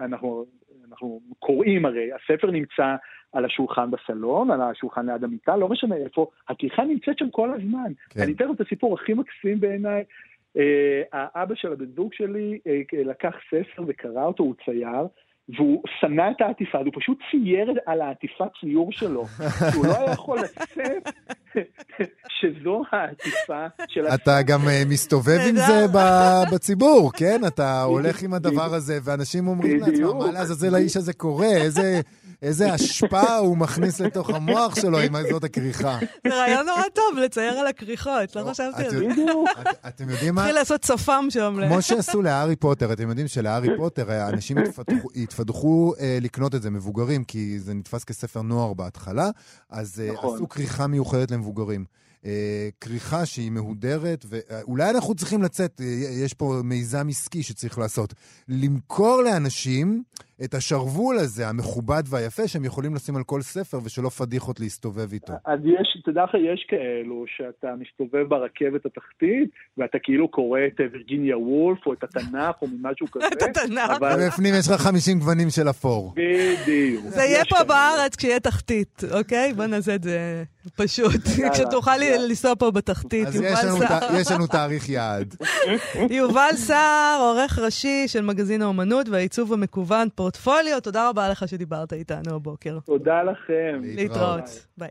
אנחנו קוראים הרי, הספר נמצא על השולחן בסלון, על השולחן ליד המיטה, לא משנה איפה, הכריכה נמצאת שם כל הזמן. כן. אני אתן את הסיפור הכי מקסים בעיניי, האבא של הבן זוג שלי לקח ספר וקרא אותו, הוא צייר, והוא שנא את העטיפה, הוא פשוט צייר על העטיפה ציור שלו, הוא לא היה יכול לצאת שזו העטיפה של... אתה גם מסתובב עם זה בציבור, כן? אתה הולך עם הדבר הזה, ואנשים אומרים לעצמם, מה לעזאזל האיש הזה קורה? איזה השפעה הוא מכניס לתוך המוח שלו עם זאת הכריכה. זה רעיון נורא טוב לצייר על הכריכות, לא חשבתי על זה. אתם יודעים מה? התחיל לעשות צפם שם. כמו שעשו להארי פוטר, אתם יודעים שלהארי פוטר, אנשים התפתחו לקנות את זה, מבוגרים, כי זה נתפס כספר נוער בהתחלה, אז עשו כריכה מיוחדת למבוגרים. כריכה שהיא מהודרת, ואולי אנחנו צריכים לצאת, יש פה מיזם עסקי שצריך לעשות, למכור לאנשים את השרוול הזה, המכובד והיפה, שהם יכולים לשים על כל ספר, ושלא פדיחות להסתובב איתו. אז תדע לך, יש כאלו שאתה מסתובב ברכבת התחתית, ואתה כאילו קורא את וירג'יניה וולף, או את התנ"ך, או משהו כזה. את התנ"ך. ובפנים יש לך 50 גוונים של אפור. בדיוק. זה יהיה פה בארץ כשיהיה תחתית, אוקיי? בוא נעשה את זה פשוט. כשתוכל לנסוע פה בתחתית, יובל סער. אז יש לנו תאריך יעד. יובל סער, עורך ראשי של מגזין האומנות והעיצוב המקוון פורטפוליו. תודה רבה לך שדיברת איתנו הבוקר. תודה לכם. להתראות. ביי.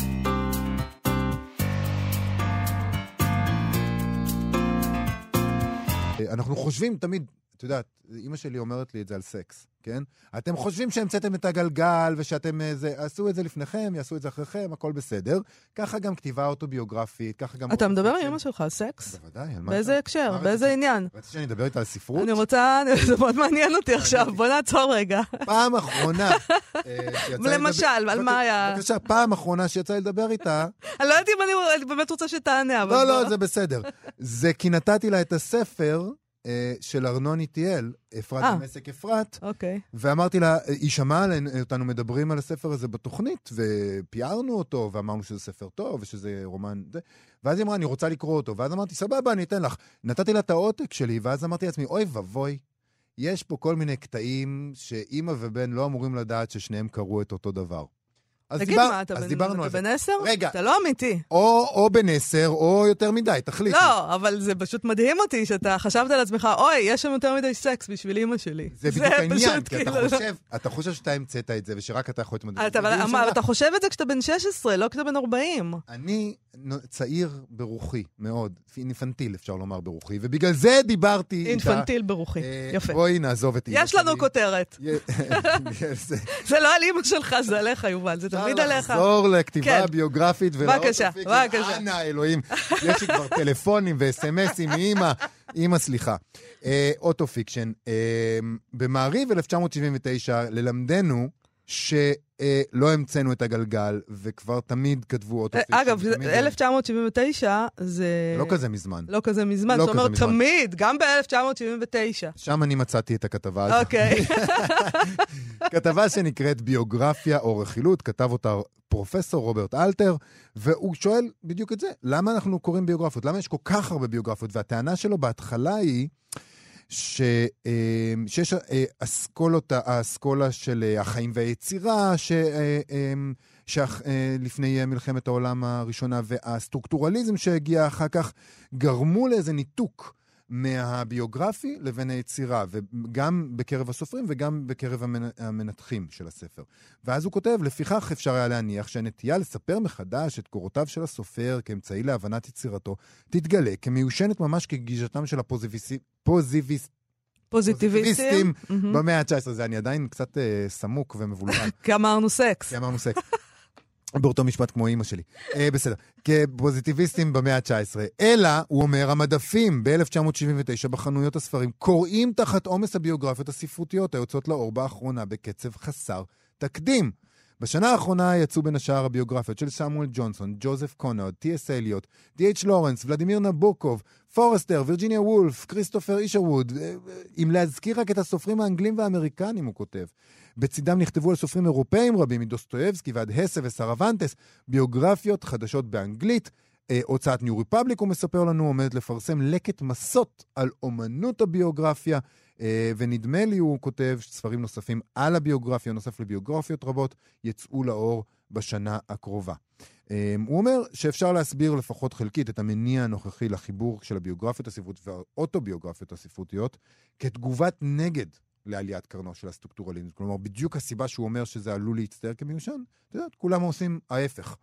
אנחנו חושבים תמיד, את יודעת, אמא שלי אומרת לי את זה על סקס, כן? אתם חושבים שהמצאתם את הגלגל ושאתם עשו את זה לפניכם, יעשו את זה אחריכם, הכל בסדר. ככה גם כתיבה אוטוביוגרפית, ככה גם... אתה מדבר עם אמא שלך על סקס? בוודאי. באיזה הקשר? באיזה עניין? רציתי שאני אדבר איתה על ספרות? אני רוצה, זה מאוד מעניין אותי עכשיו, בוא נעצור רגע. פעם אחרונה... למשל, על מה היה? בבקשה, פעם אחרונה שיצא לי לדבר איתה... אני לא יודעת אם אני באמת רוצה שתענה, אבל... לא, זה בסדר. זה כי נתתי לה את הספר... של ארנון איטיאל, אפרת ומסק אפרת, ואמרתי לה, היא שמעה אותנו מדברים על הספר הזה בתוכנית, ופיארנו אותו, ואמרנו שזה ספר טוב, ושזה רומן, ואז היא אמרה, אני רוצה לקרוא אותו, ואז אמרתי, סבבה, אני אתן לך. נתתי לה את העותק שלי, ואז אמרתי לעצמי, אוי ובוי, יש פה כל מיני קטעים, שאמא ובן לא אמורים לדעת ששניהם קראו את אותו דבר. תגיד מה, אתה בן 10? רגע. אתה לא אמיתי. או בן 10, או יותר מדי, תחליטי. לא, אבל זה פשוט מדהים אותי שאתה חשבת על עצמך, אוי, יש שם יותר מדי סקס בשביל אמא שלי. זה בדיוק העניין, כי אתה חושב שאתה המצאת את זה, ושרק אתה יכול להתמודד. אבל אתה חושב את זה כשאתה בן 16, לא כשאתה בן 40. אני צעיר ברוחי, מאוד. אינפנטיל, אפשר לומר ברוחי, ובגלל זה דיברתי איתה. אינפנטיל ברוחי, יפה. בואי נעזוב את אמא שלי. יש לנו כותרת. זה לא על אמא שלך, זה עליך, יובל, זה תמיד עליך. לחזור לכתיבה ביוגרפית בבקשה. אנא, אלוהים. יש לי כבר טלפונים ו-SMSים מאמא, סליחה. אוטו-פיקשן. במעריב 1979, ללמדנו שלא המצאנו את הגלגל, וכבר תמיד כתבו אוטו-פיקשן. אגב, 1979 זה... לא כזה מזמן. לא כזה מזמן, זאת אומרת תמיד, גם ב-1979. שם אני מצאתי את הכתבה הזאת. אוקיי. כתבה שנקראת ביוגרפיה או רכילות, כתב אותה פרופסור רוברט אלתר, והוא שואל בדיוק את זה, למה אנחנו קוראים ביוגרפיות? למה יש כל כך הרבה ביוגרפיות? והטענה שלו בהתחלה היא שיש האסכולה של החיים והיצירה, שלפני מלחמת העולם הראשונה, והסטרוקטורליזם שהגיע אחר כך, גרמו לאיזה ניתוק מהביוגרפי לבין היצירה, וגם בקרב הסופרים וגם בקרב המנתחים של הספר. ואז הוא כותב, לפיכך אפשר היה להניח שהנטייה לספר מחדש את קורותיו של הסופר כאמצעי להבנת יצירתו, תתגלה כמיושנת ממש כגישתם של פוזיטיביסטים במאה ה-19. זה אני עדיין קצת סמוק ומבולבל. כי אמרנו סקס. באותו משפט כמו אמא שלי. בסדר. כפוזיטיביסטים במאה ה-19. אלא, הוא אומר, המדפים ב-1979 בחנויות הספרים קוראים תחת עומס הביוגרפיות הספרותיות היוצאות לאור באחרונה בקצב חסר תקדים. בשנה האחרונה יצאו בין השאר הביוגרפיות של סמואל ג'ונסון, ג'וזף קונרד, טי.אס. אליוט, די.אץ' לורנס, ולדימיר נבוקוב, פורסטר, וירג'יניה וולף, כריסטופר אישרווד, אם להזכיר רק את הסופרים האנגלים והאמריקנים, הוא כותב. בצדם נכתבו על סופרים אירופאים רבים, מדוסטויבסקי ועד הסה וסרבנטס, ביוגרפיות חדשות באנגלית. הוצאת ניו ריפבליק, הוא מספר לנו, עומדת לפרסם לקט מסות על אומנות הביוגרפיה, ונדמה לי, הוא כותב, ספרים נוספים על הביוגרפיה, נוסף לביוגרפיות רבות, יצאו לאור בשנה הקרובה. הוא אומר שאפשר להסביר לפחות חלקית את המניע הנוכחי לחיבור של הביוגרפיות הספרותיות והאוטוביוגרפיות הספרותיות, כתגובת נגד לעליית קרנו של הסטרוקטורליזם. כלומר, בדיוק הסיבה שהוא אומר שזה עלול להצטער כמיושן, אתה יודעת, כולם עושים ההפך.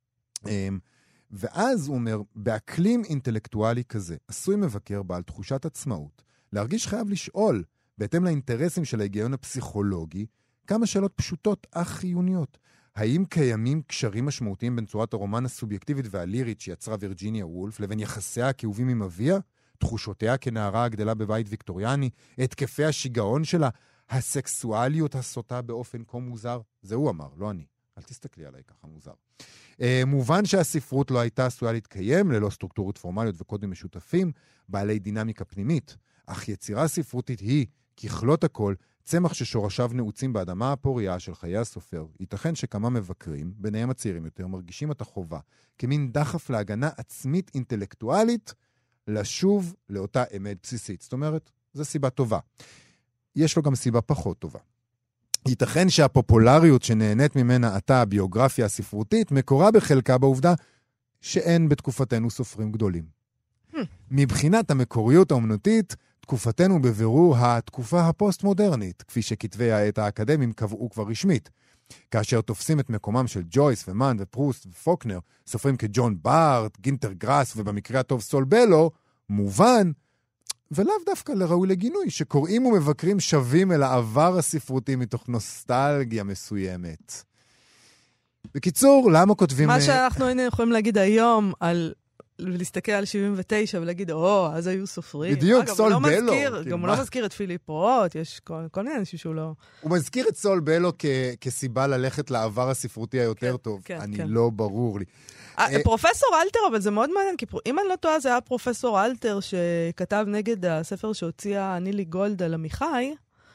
ואז הוא אומר, באקלים אינטלקטואלי כזה, עשוי מבקר בעל תחושת עצמאות, להרגיש חייב לשאול, בהתאם לאינטרסים של ההיגיון הפסיכולוגי, כמה שאלות פשוטות אך חיוניות. האם קיימים קשרים משמעותיים בין צורת הרומן הסובייקטיבית והלירית שיצרה וירג'יניה וולף לבין יחסיה הכאובים עם אביה, תחושותיה כנערה הגדלה בבית ויקטוריאני, התקפי השיגעון שלה, הסקסואליות הסוטה באופן כה מוזר? זה הוא אמר, לא אני. אל תסתכלי עליי ככה מוזר. מובן שהספרות לא הייתה עשויה להתקיים ללא סטרוקטורות פורמליות וקודים משותפים, בעלי דינמיקה פנימית, אך יצירה ספרותית היא, ככלות הכל, צמח ששורשיו נעוצים באדמה הפוריה של חיי הסופר. ייתכן שכמה מבקרים, ביניהם הצעירים יותר, מרגישים את החובה כמין דחף להגנה עצמית אינטלקטואלית לשוב לאותה אמת בסיסית. זאת אומרת, זו סיבה טובה. יש לו גם סיבה פחות טובה. ייתכן שהפופולריות שנהנית ממנה עתה הביוגרפיה הספרותית מקורה בחלקה בעובדה שאין בתקופתנו סופרים גדולים. מבחינת המקוריות האומנותית, תקופתנו בבירור התקופה הפוסט-מודרנית, כפי שכתבי העת האקדמיים קבעו כבר רשמית. כאשר תופסים את מקומם של ג'ויס ומן ופרוסט ופוקנר, סופרים כג'ון בארט, גינטר גראס ובמקרה הטוב סול בלו, מובן, ולאו דווקא לראוי לגינוי, שקוראים ומבקרים שווים אל העבר הספרותי מתוך נוסטלגיה מסוימת. בקיצור, למה כותבים... מה שאנחנו יכולים להגיד היום על... ולהסתכל על 79 ולהגיד, אז היו סופרים. בדיוק, סול בלו. גם הוא לא מזכיר את פיליפ רוט, יש כל מיני אנשים שהוא לא... הוא מזכיר את סול בלו כסיבה ללכת לעבר הספרותי היותר טוב. אני לא ברור לי. פרופסור אלתר, אבל זה מאוד מעניין, כי אם אני לא טועה, זה היה פרופסור אלתר שכתב נגד הספר שהוציאה נילי גולד על עמיחי,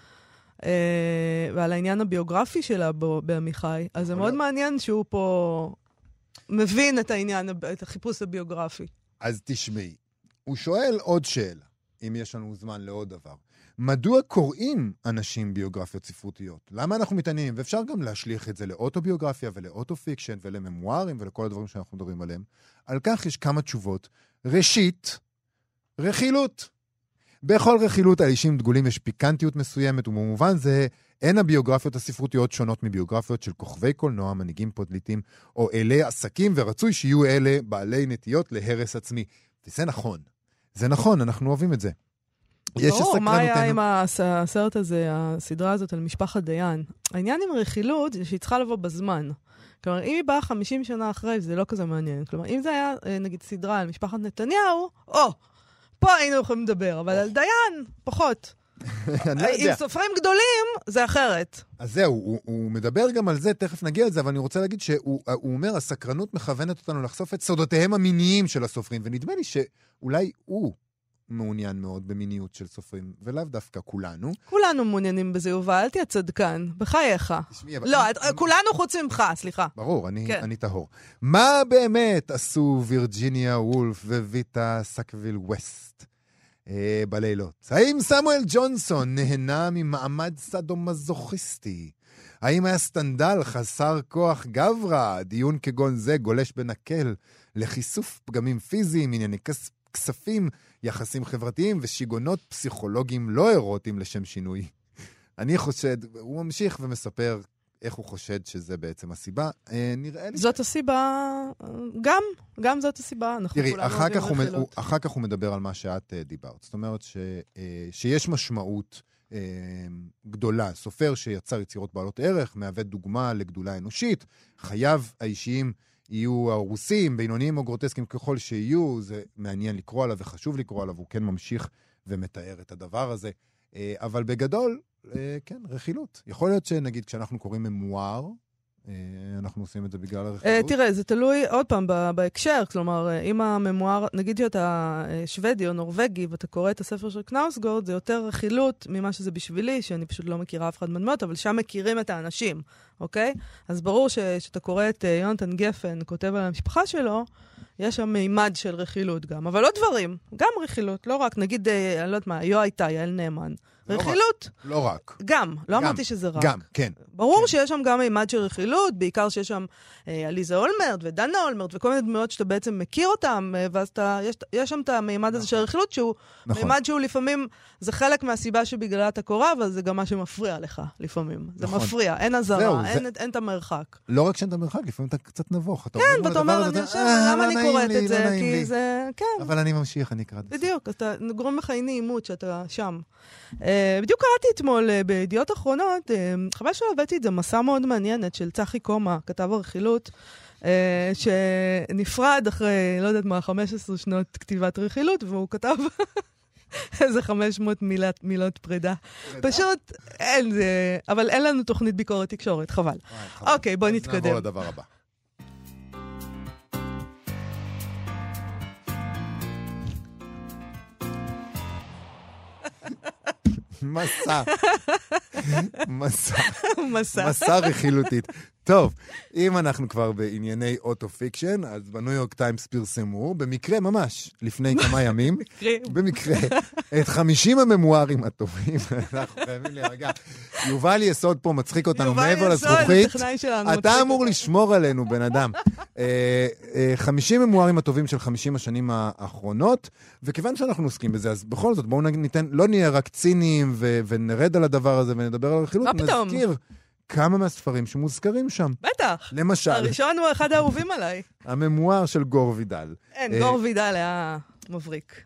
ועל העניין הביוגרפי שלה בעמיחי. אז זה מאוד מעניין שהוא פה... מבין את העניין, את החיפוש הביוגרפי. אז תשמעי, הוא שואל עוד שאלה, אם יש לנו זמן לעוד דבר. מדוע קוראים אנשים ביוגרפיות ספרותיות? למה אנחנו מתעניינים? ואפשר גם להשליך את זה לאוטוביוגרפיה ולאוטופיקשן ולממוארים ולכל הדברים שאנחנו מדברים עליהם. על כך יש כמה תשובות. ראשית, רכילות. בכל רכילות על אישים דגולים יש פיקנטיות מסוימת, ובמובן זה אין הביוגרפיות הספרותיות שונות מביוגרפיות של כוכבי קולנוע, מנהיגים פוליטיים, או אלי עסקים, ורצוי שיהיו אלה בעלי נטיות להרס עצמי. וזה נכון. זה נכון, אנחנו אוהבים את זה. לא, מה היה עם הסרט הזה, הסדרה הזאת על משפחת דיין? העניין עם רכילות זה שהיא צריכה לבוא בזמן. כלומר, אם היא באה 50 שנה אחרי, זה לא כזה מעניין. כלומר, אם זה היה, נגיד, סדרה על משפחת נתניהו, פה היינו יכולים לדבר, אבל על דיין, פחות. עם סופרים גדולים, זה אחרת. אז זהו, הוא מדבר גם על זה, תכף נגיע לזה, אבל אני רוצה להגיד שהוא אומר, הסקרנות מכוונת אותנו לחשוף את סודותיהם המיניים של הסופרים, ונדמה לי שאולי הוא מעוניין מאוד במיניות של סופרים, ולאו דווקא כולנו. כולנו מעוניינים בזה, יובל, אל תהיה צדקן, בחייך. לא, כולנו חוץ ממך, סליחה. ברור, אני טהור. מה באמת עשו וירג'יניה וולף וויטה סקוויל ווסט בלילות? האם סמואל ג'ונסון נהנה ממעמד סדומזוכיסטי? האם היה סטנדל חסר כוח גברה? דיון כגון זה גולש בנקל לחיסוף פגמים פיזיים, ענייני כספים, יחסים חברתיים ושיגונות פסיכולוגיים לא אירוטיים לשם שינוי. אני חושד, הוא ממשיך ומספר איך הוא חושד שזה בעצם הסיבה. נראה לי... זאת הסיבה, גם זאת הסיבה. תראי, אחר כך הוא מדבר על מה שאת דיברת. זאת אומרת שיש משמעות גדולה. סופר שיצר יצירות בעלות ערך, מהווה דוגמה לגדולה אנושית. חייו האישיים יהיו הרוסים, בינוניים או גרוטסקים ככל שיהיו, זה מעניין לקרוא עליו וחשוב לקרוא עליו, הוא כן ממשיך ומתאר את הדבר הזה. אבל בגדול, כן, רכילות. יכול להיות שנגיד כשאנחנו קוראים ממואר, אנחנו עושים את זה בגלל הרכילות? תראה, זה תלוי עוד פעם בהקשר, כלומר, אם הממואר, נגיד שאתה שוודי או נורווגי, ואתה קורא את הספר של קנאוסגורד, זה יותר רכילות ממה שזה בשבילי, שאני פשוט לא מכירה אף אחד מדמות, אבל שם מכירים את האנשים, אוקיי? אז ברור שאתה קורא את יונתן גפן, כותב על המשפחה שלו, יש שם מימד של רכילות גם, אבל לא דברים, גם רכילות, לא רק, נגיד, אני לא יודעת מה, הייתה יעל נאמן, רכילות. לא רק. גם, לא אמרתי שזה רק. גם, כן. ברור שיש שם גם מימד של רכילות, בעיקר שיש שם עליזה אולמרט ודנה אולמרט, וכל מיני דמויות שאתה בעצם מכיר אותם, ואז יש שם את המימד הזה של רכילות, שהוא מימד שהוא לפעמים, זה חלק מהסיבה שבגללה אתה קורא, אבל זה גם מה שמפריע לך לפעמים. זה מפריע, אין עזרה, אין את המרחק. לא רק שאין את המרחק, לפעמים אתה קצת נבוך. כן, ואתה אומר, למה אני קוראת את זה? כי זה, כן. אבל אני ממשיך, אני אקרא את זה. בדיוק, אתה גורם לך נעימות שאתה שם. בדיוק קראתי אתמול בידיעות אחרונות, חבל שלא קראתי את זה, מסע מאוד מעניינת של צחי קומה, כתב הרכילות, שנפרד אחרי, לא יודעת מה, 15 שנות כתיבת רכילות, והוא כתב איזה 500 מילות פרידה. פשוט אין זה, אבל אין לנו תוכנית ביקורת תקשורת, חבל. אוקיי, בואי נתקדם. נעבור לדבר הבא. מסע רכילותית. טוב, אם אנחנו כבר בענייני אוטו-פיקשן, אז בניו יורק טיימס פרסמו, במקרה ממש, לפני כמה ימים, במקרה, את 50 הממוארים הטובים, אנחנו חייבים להירגע. יובל יסוד פה מצחיק אותנו מעבר לזכוכית, אתה אמור לשמור עלינו, בן אדם. 50 ממוארים הטובים של 50 השנים האחרונות, וכיוון שאנחנו עוסקים בזה, אז בכל זאת, בואו ניתן, לא נהיה רק ציניים ונרד על הדבר הזה ונדבר על הרכילות, נזכיר כמה מהספרים שמוזכרים שם. בטח. למשל. הראשון הוא אחד האהובים עליי. הממואר של גור וידל. אין, גור וידל היה מבריק.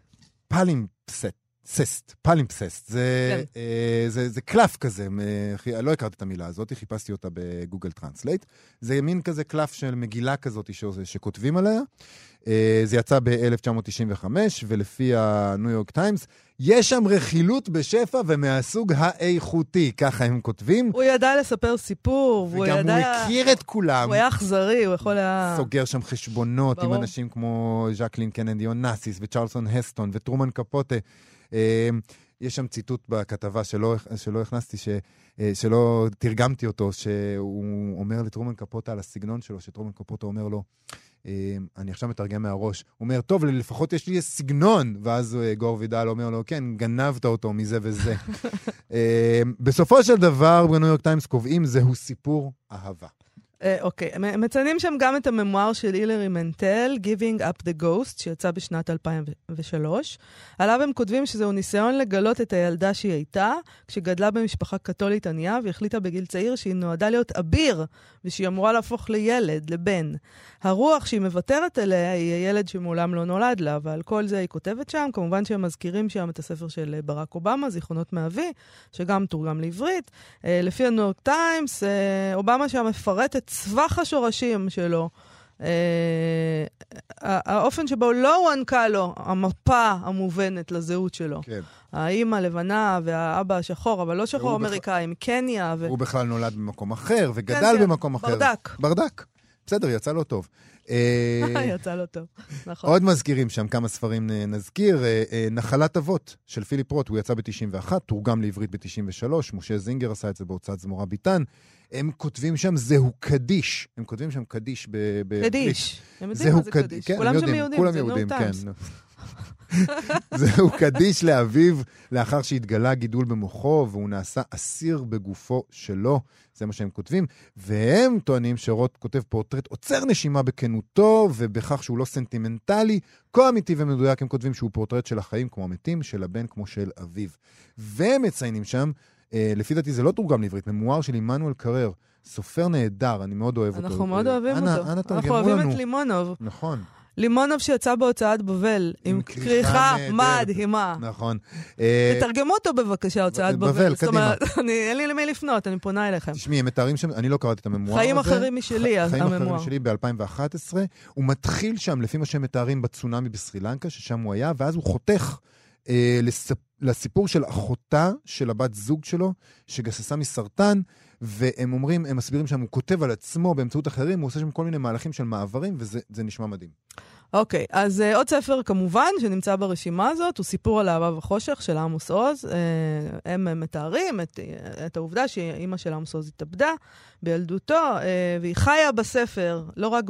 פלימפססט. זה קלף כזה. לא הכרתי את המילה הזאת, חיפשתי אותה בגוגל טרנסלייט. זה מין כזה קלף של מגילה כזאת שכותבים עליה. זה יצא ב-1995, ולפי הניו יורק טיימס, יש שם רכילות בשפע ומהסוג האיכותי, ככה הם כותבים. הוא ידע לספר סיפור, וגם הוא הכיר את כולם. הוא היה אכזרי, הוא יכול היה... סוגר שם חשבונות עם אנשים כמו ז'קלין קנדי אונססיס וצ'רלסון הסטון וטרומן קפוטה. יש שם ציטוט בכתבה שלא הכנסתי, שלא תרגמתי אותו, שהוא אומר לטרומן קפוטה על הסגנון שלו, שטרומן קפוטה אומר לו, אני עכשיו מתרגם מהראש, הוא אומר, טוב, לפחות יש לי סגנון, ואז גור וידל אומר לו, כן, גנבת אותו מזה וזה. בסופו של דבר, בניו יורק טיימס קובעים, זהו סיפור אהבה. אוקיי, מציינים שם גם את הממואר של הילרי מנטל, Giving Up the Ghost, שיצא בשנת 2003. עליו הם כותבים שזהו ניסיון לגלות את הילדה שהיא הייתה, כשגדלה במשפחה קתולית ענייה, והחליטה בגיל צעיר שהיא נועדה להיות אביר, ושהיא אמורה להפוך לילד, לבן. הרוח שהיא מוותרת אליה היא הילד שמעולם לא נולד לה, ועל כל זה היא כותבת שם. כמובן שהם מזכירים שם את הספר של ברק אובמה, זיכרונות מאבי, שגם תורגם לעברית. לפי הניו יורק טיימס, אובמה שם מפרט את צווח השורשים שלו, האופן שבו לא הוענקה לו המפה המובנת לזהות שלו. כן. האמא לבנה והאבא השחור, אבל לא שחור אמריקאי, מקניה. הוא בכלל נולד במקום אחר, וגדל במקום אחר. ברדק. בסדר, יצא לו טוב. יצא לו טוב, נכון. עוד מזכירים שם כמה ספרים נזכיר. נחלת אבות של פיליפ רוט, הוא יצא ב-91, תורגם לעברית ב-93, משה זינגר עשה את זה בהוצאת זמורה ביטן. הם כותבים שם זהו קדיש. הם כותבים שם קדיש בעברית. קדיש. הם יודעים מה זה קדיש. כולם שם יהודים, זה ניו טיימס. זהו קדיש לאביו, לאחר שהתגלה גידול במוחו, והוא נעשה אסיר בגופו שלו. זה מה שהם כותבים. והם טוענים שרוט כותב פורטרט עוצר נשימה בכנותו, ובכך שהוא לא סנטימנטלי, כה אמיתי ומדויק. הם כותבים שהוא פורטרט של החיים כמו המתים, של הבן כמו של אביו. והם מציינים שם, לפי דעתי זה לא תורגם לעברית, ממואר של עמנואל קרר, סופר נהדר, אני מאוד אוהב אותו. אנחנו מאוד אוהבים אותו. אנחנו אוהבים את לימונוב. נכון. לימונוב שיצא בהוצאת בבל, עם כריכה מדהימה. נכון. תתרגמו אותו בבקשה, הוצאת בבל. זאת אומרת, אין לי למי לפנות, אני פונה אליכם. תשמעי, הם מתארים שם, אני לא קראתי את הממואר הזה. חיים אחרים משלי, הממואר. חיים אחרים משלי ב-2011. הוא מתחיל שם, לפי מה שהם מתארים בצונאמי בסרילנקה, ששם הוא היה, ואז הוא חותך לסיפור של אחותה של הבת זוג שלו, שגססה מסרטן, והם אומרים, הם מסבירים שם, הוא כותב על עצמו באמצעות אחרים, הוא עושה שם כל מיני מהלכים של מעברים, וזה נשמע מדהים. אוקיי, אז עוד ספר כמובן שנמצא ברשימה הזאת, הוא סיפור על האהבה וחושך של עמוס עוז. הם מתארים את העובדה שאימא של עמוס עוז התאבדה בילדותו, והיא חיה בספר, לא רק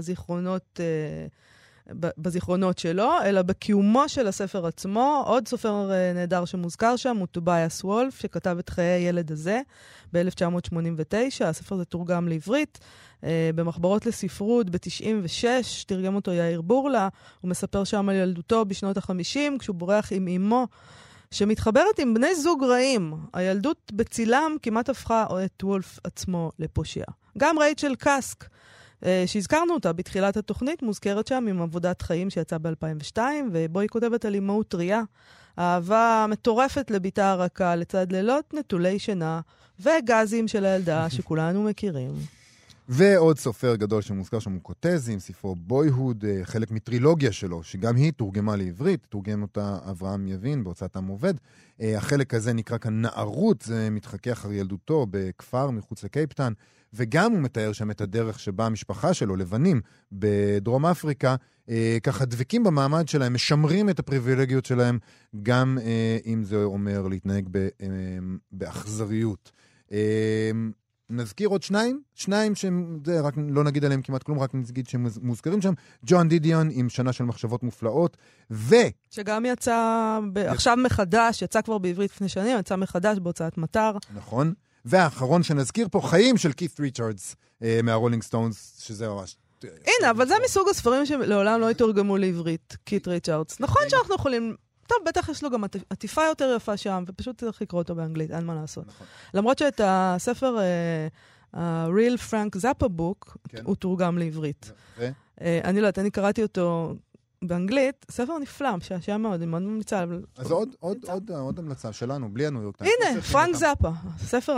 בזיכרונות שלו, אלא בקיומו של הספר עצמו. עוד סופר נהדר שמוזכר שם הוא טובייס וולף, שכתב את חיי הילד הזה ב-1989. הספר הזה תורגם לעברית. במחברות לספרות ב-96, תרגם אותו יאיר בורלה. הוא מספר שם על ילדותו בשנות ה-50, כשהוא בורח עם אמו, שמתחברת עם בני זוג רעים. הילדות בצילם כמעט הפכה את וולף עצמו לפושע. גם רייצ'ל קאסק, שהזכרנו אותה בתחילת התוכנית, מוזכרת שם עם עבודת חיים שיצאה ב-2002, ובו היא כותבת על אימהות טריה, אהבה מטורפת לביתה הרכה, לצד לילות נטולי שינה, וגזים של הילדה שכולנו מכירים. ועוד סופר גדול שמוזכר שם הוא קוטזי, עם ספרו בויהוד, חלק מטרילוגיה שלו, שגם היא תורגמה לעברית, תורגם אותה אברהם יבין בהוצאת עם עובד. החלק הזה נקרא כאן נערות, זה מתחכה אחר ילדותו בכפר מחוץ לקייפטאון, וגם הוא מתאר שם את הדרך שבה המשפחה שלו, לבנים, בדרום אפריקה, ככה דבקים במעמד שלהם, משמרים את הפריבילגיות שלהם, גם אם זה אומר להתנהג באכזריות. נזכיר עוד שניים רק לא נגיד עליהם כמעט כלום, רק נגיד שמוזכרים שם, ג'ון דידיון עם שנה של מחשבות מופלאות, שגם יצא עכשיו מחדש, יצא כבר בעברית לפני שנים, יצא מחדש בהוצאת מטר. נכון. והאחרון שנזכיר פה, חיים של קית' ריצ'רדס מהרולינג סטונס, שזה ממש... הנה, אבל זה מסוג הספרים שלעולם לא יתורגמו לעברית, קית' ריצ'רדס. נכון שאנחנו יכולים... טוב, בטח יש לו גם עטיפה יותר יפה שם, ופשוט צריך לקרוא אותו באנגלית, אין מה לעשות. נכון. למרות שאת הספר, Real Frank Zappa Book, הוא תורגם לעברית. אני לא יודעת, אני קראתי אותו באנגלית, ספר נפלא, משעשע מאוד, אני מאוד ממליצה. אז עוד המלצה שלנו, בלי הניו יורק טיימס. הנה, פרנק זאפה, ספר...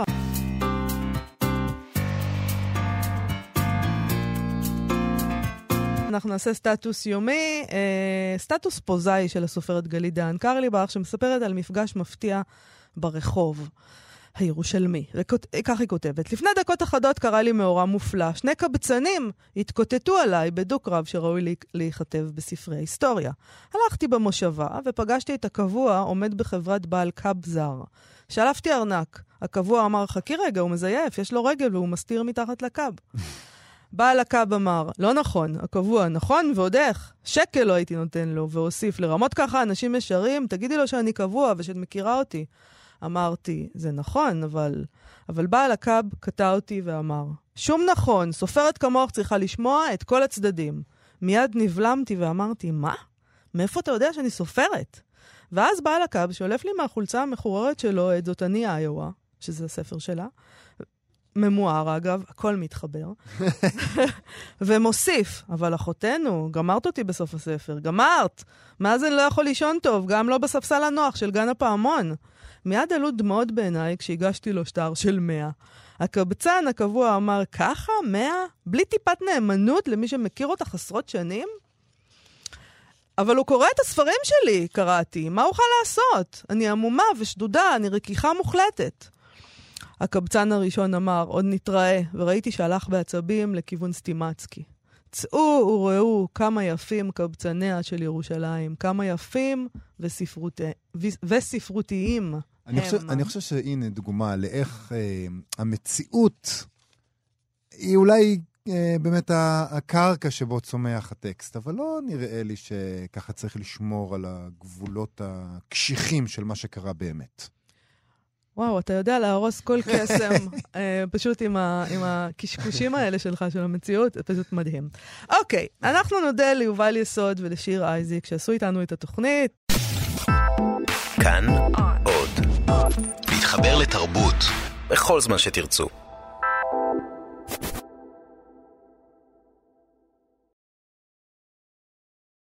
אנחנו נעשה סטטוס יומי, סטטוס פוזאי של הסופרת גלית דהן קרליבך, שמספרת על מפגש מפתיע ברחוב הירושלמי. וכך היא כותבת, לפני דקות אחדות קרה לי מאורע מופלא. 2 קבצנים התקוטטו עליי בדו-קרב שראוי להיכתב בספרי ההיסטוריה. הלכתי במושבה ופגשתי את הקבוע עומד בחברת בעל קב זר. שלפתי ארנק. הקבוע אמר, חכי רגע, הוא מזייף, יש לו רגל והוא מסתיר מתחת לקב. בעל הקב אמר, לא נכון, הקבוע, נכון, ועוד איך, שקל לא הייתי נותן לו, והוסיף, לרמות ככה אנשים ישרים, תגידי לו שאני קבוע ושאת מכירה אותי. אמרתי, זה נכון, אבל בעל הקב קטע אותי ואמר, שום נכון, סופרת כמוך צריכה לשמוע את כל הצדדים. מיד נבלמתי ואמרתי, מה? מאיפה אתה יודע שאני סופרת? ואז בעל הקב שולף לי מהחולצה המחוררת שלו את זאת אני איואה, שזה הספר שלה, ממואר, אגב, הכל מתחבר. ומוסיף, אבל אחותנו, גמרת אותי בסוף הספר, גמרת. מאז אני לא יכול לישון טוב, גם לא בספסל הנוח של גן הפעמון. מיד עלו דמעות בעיניי כשהגשתי לו שטר של 100. הקבצן הקבוע אמר, ככה? 100? בלי טיפת נאמנות למי שמכיר אותך עשרות שנים? אבל הוא קורא את הספרים שלי, קראתי. מה אוכל לעשות? אני עמומה ושדודה, אני רקיחה מוחלטת. הקבצן הראשון אמר, עוד נתראה, וראיתי שהלך בעצבים לכיוון סטימצקי. צאו וראו כמה יפים קבצניה של ירושלים, כמה יפים וספרותיים הם. אני חושב שהנה דוגמה לאיך המציאות היא אולי באמת הקרקע שבו צומח הטקסט, אבל לא נראה לי שככה צריך לשמור על הגבולות הקשיחים של מה שקרה באמת. וואו, אתה יודע להרוס כל קסם, פשוט עם הקשקושים האלה שלך, של המציאות, זה פשוט מדהים. אוקיי, אנחנו נודה ליובל יסוד ולשיר אייזיק, שעשו איתנו את התוכנית. כאן עוד. להתחבר לתרבות בכל זמן שתרצו.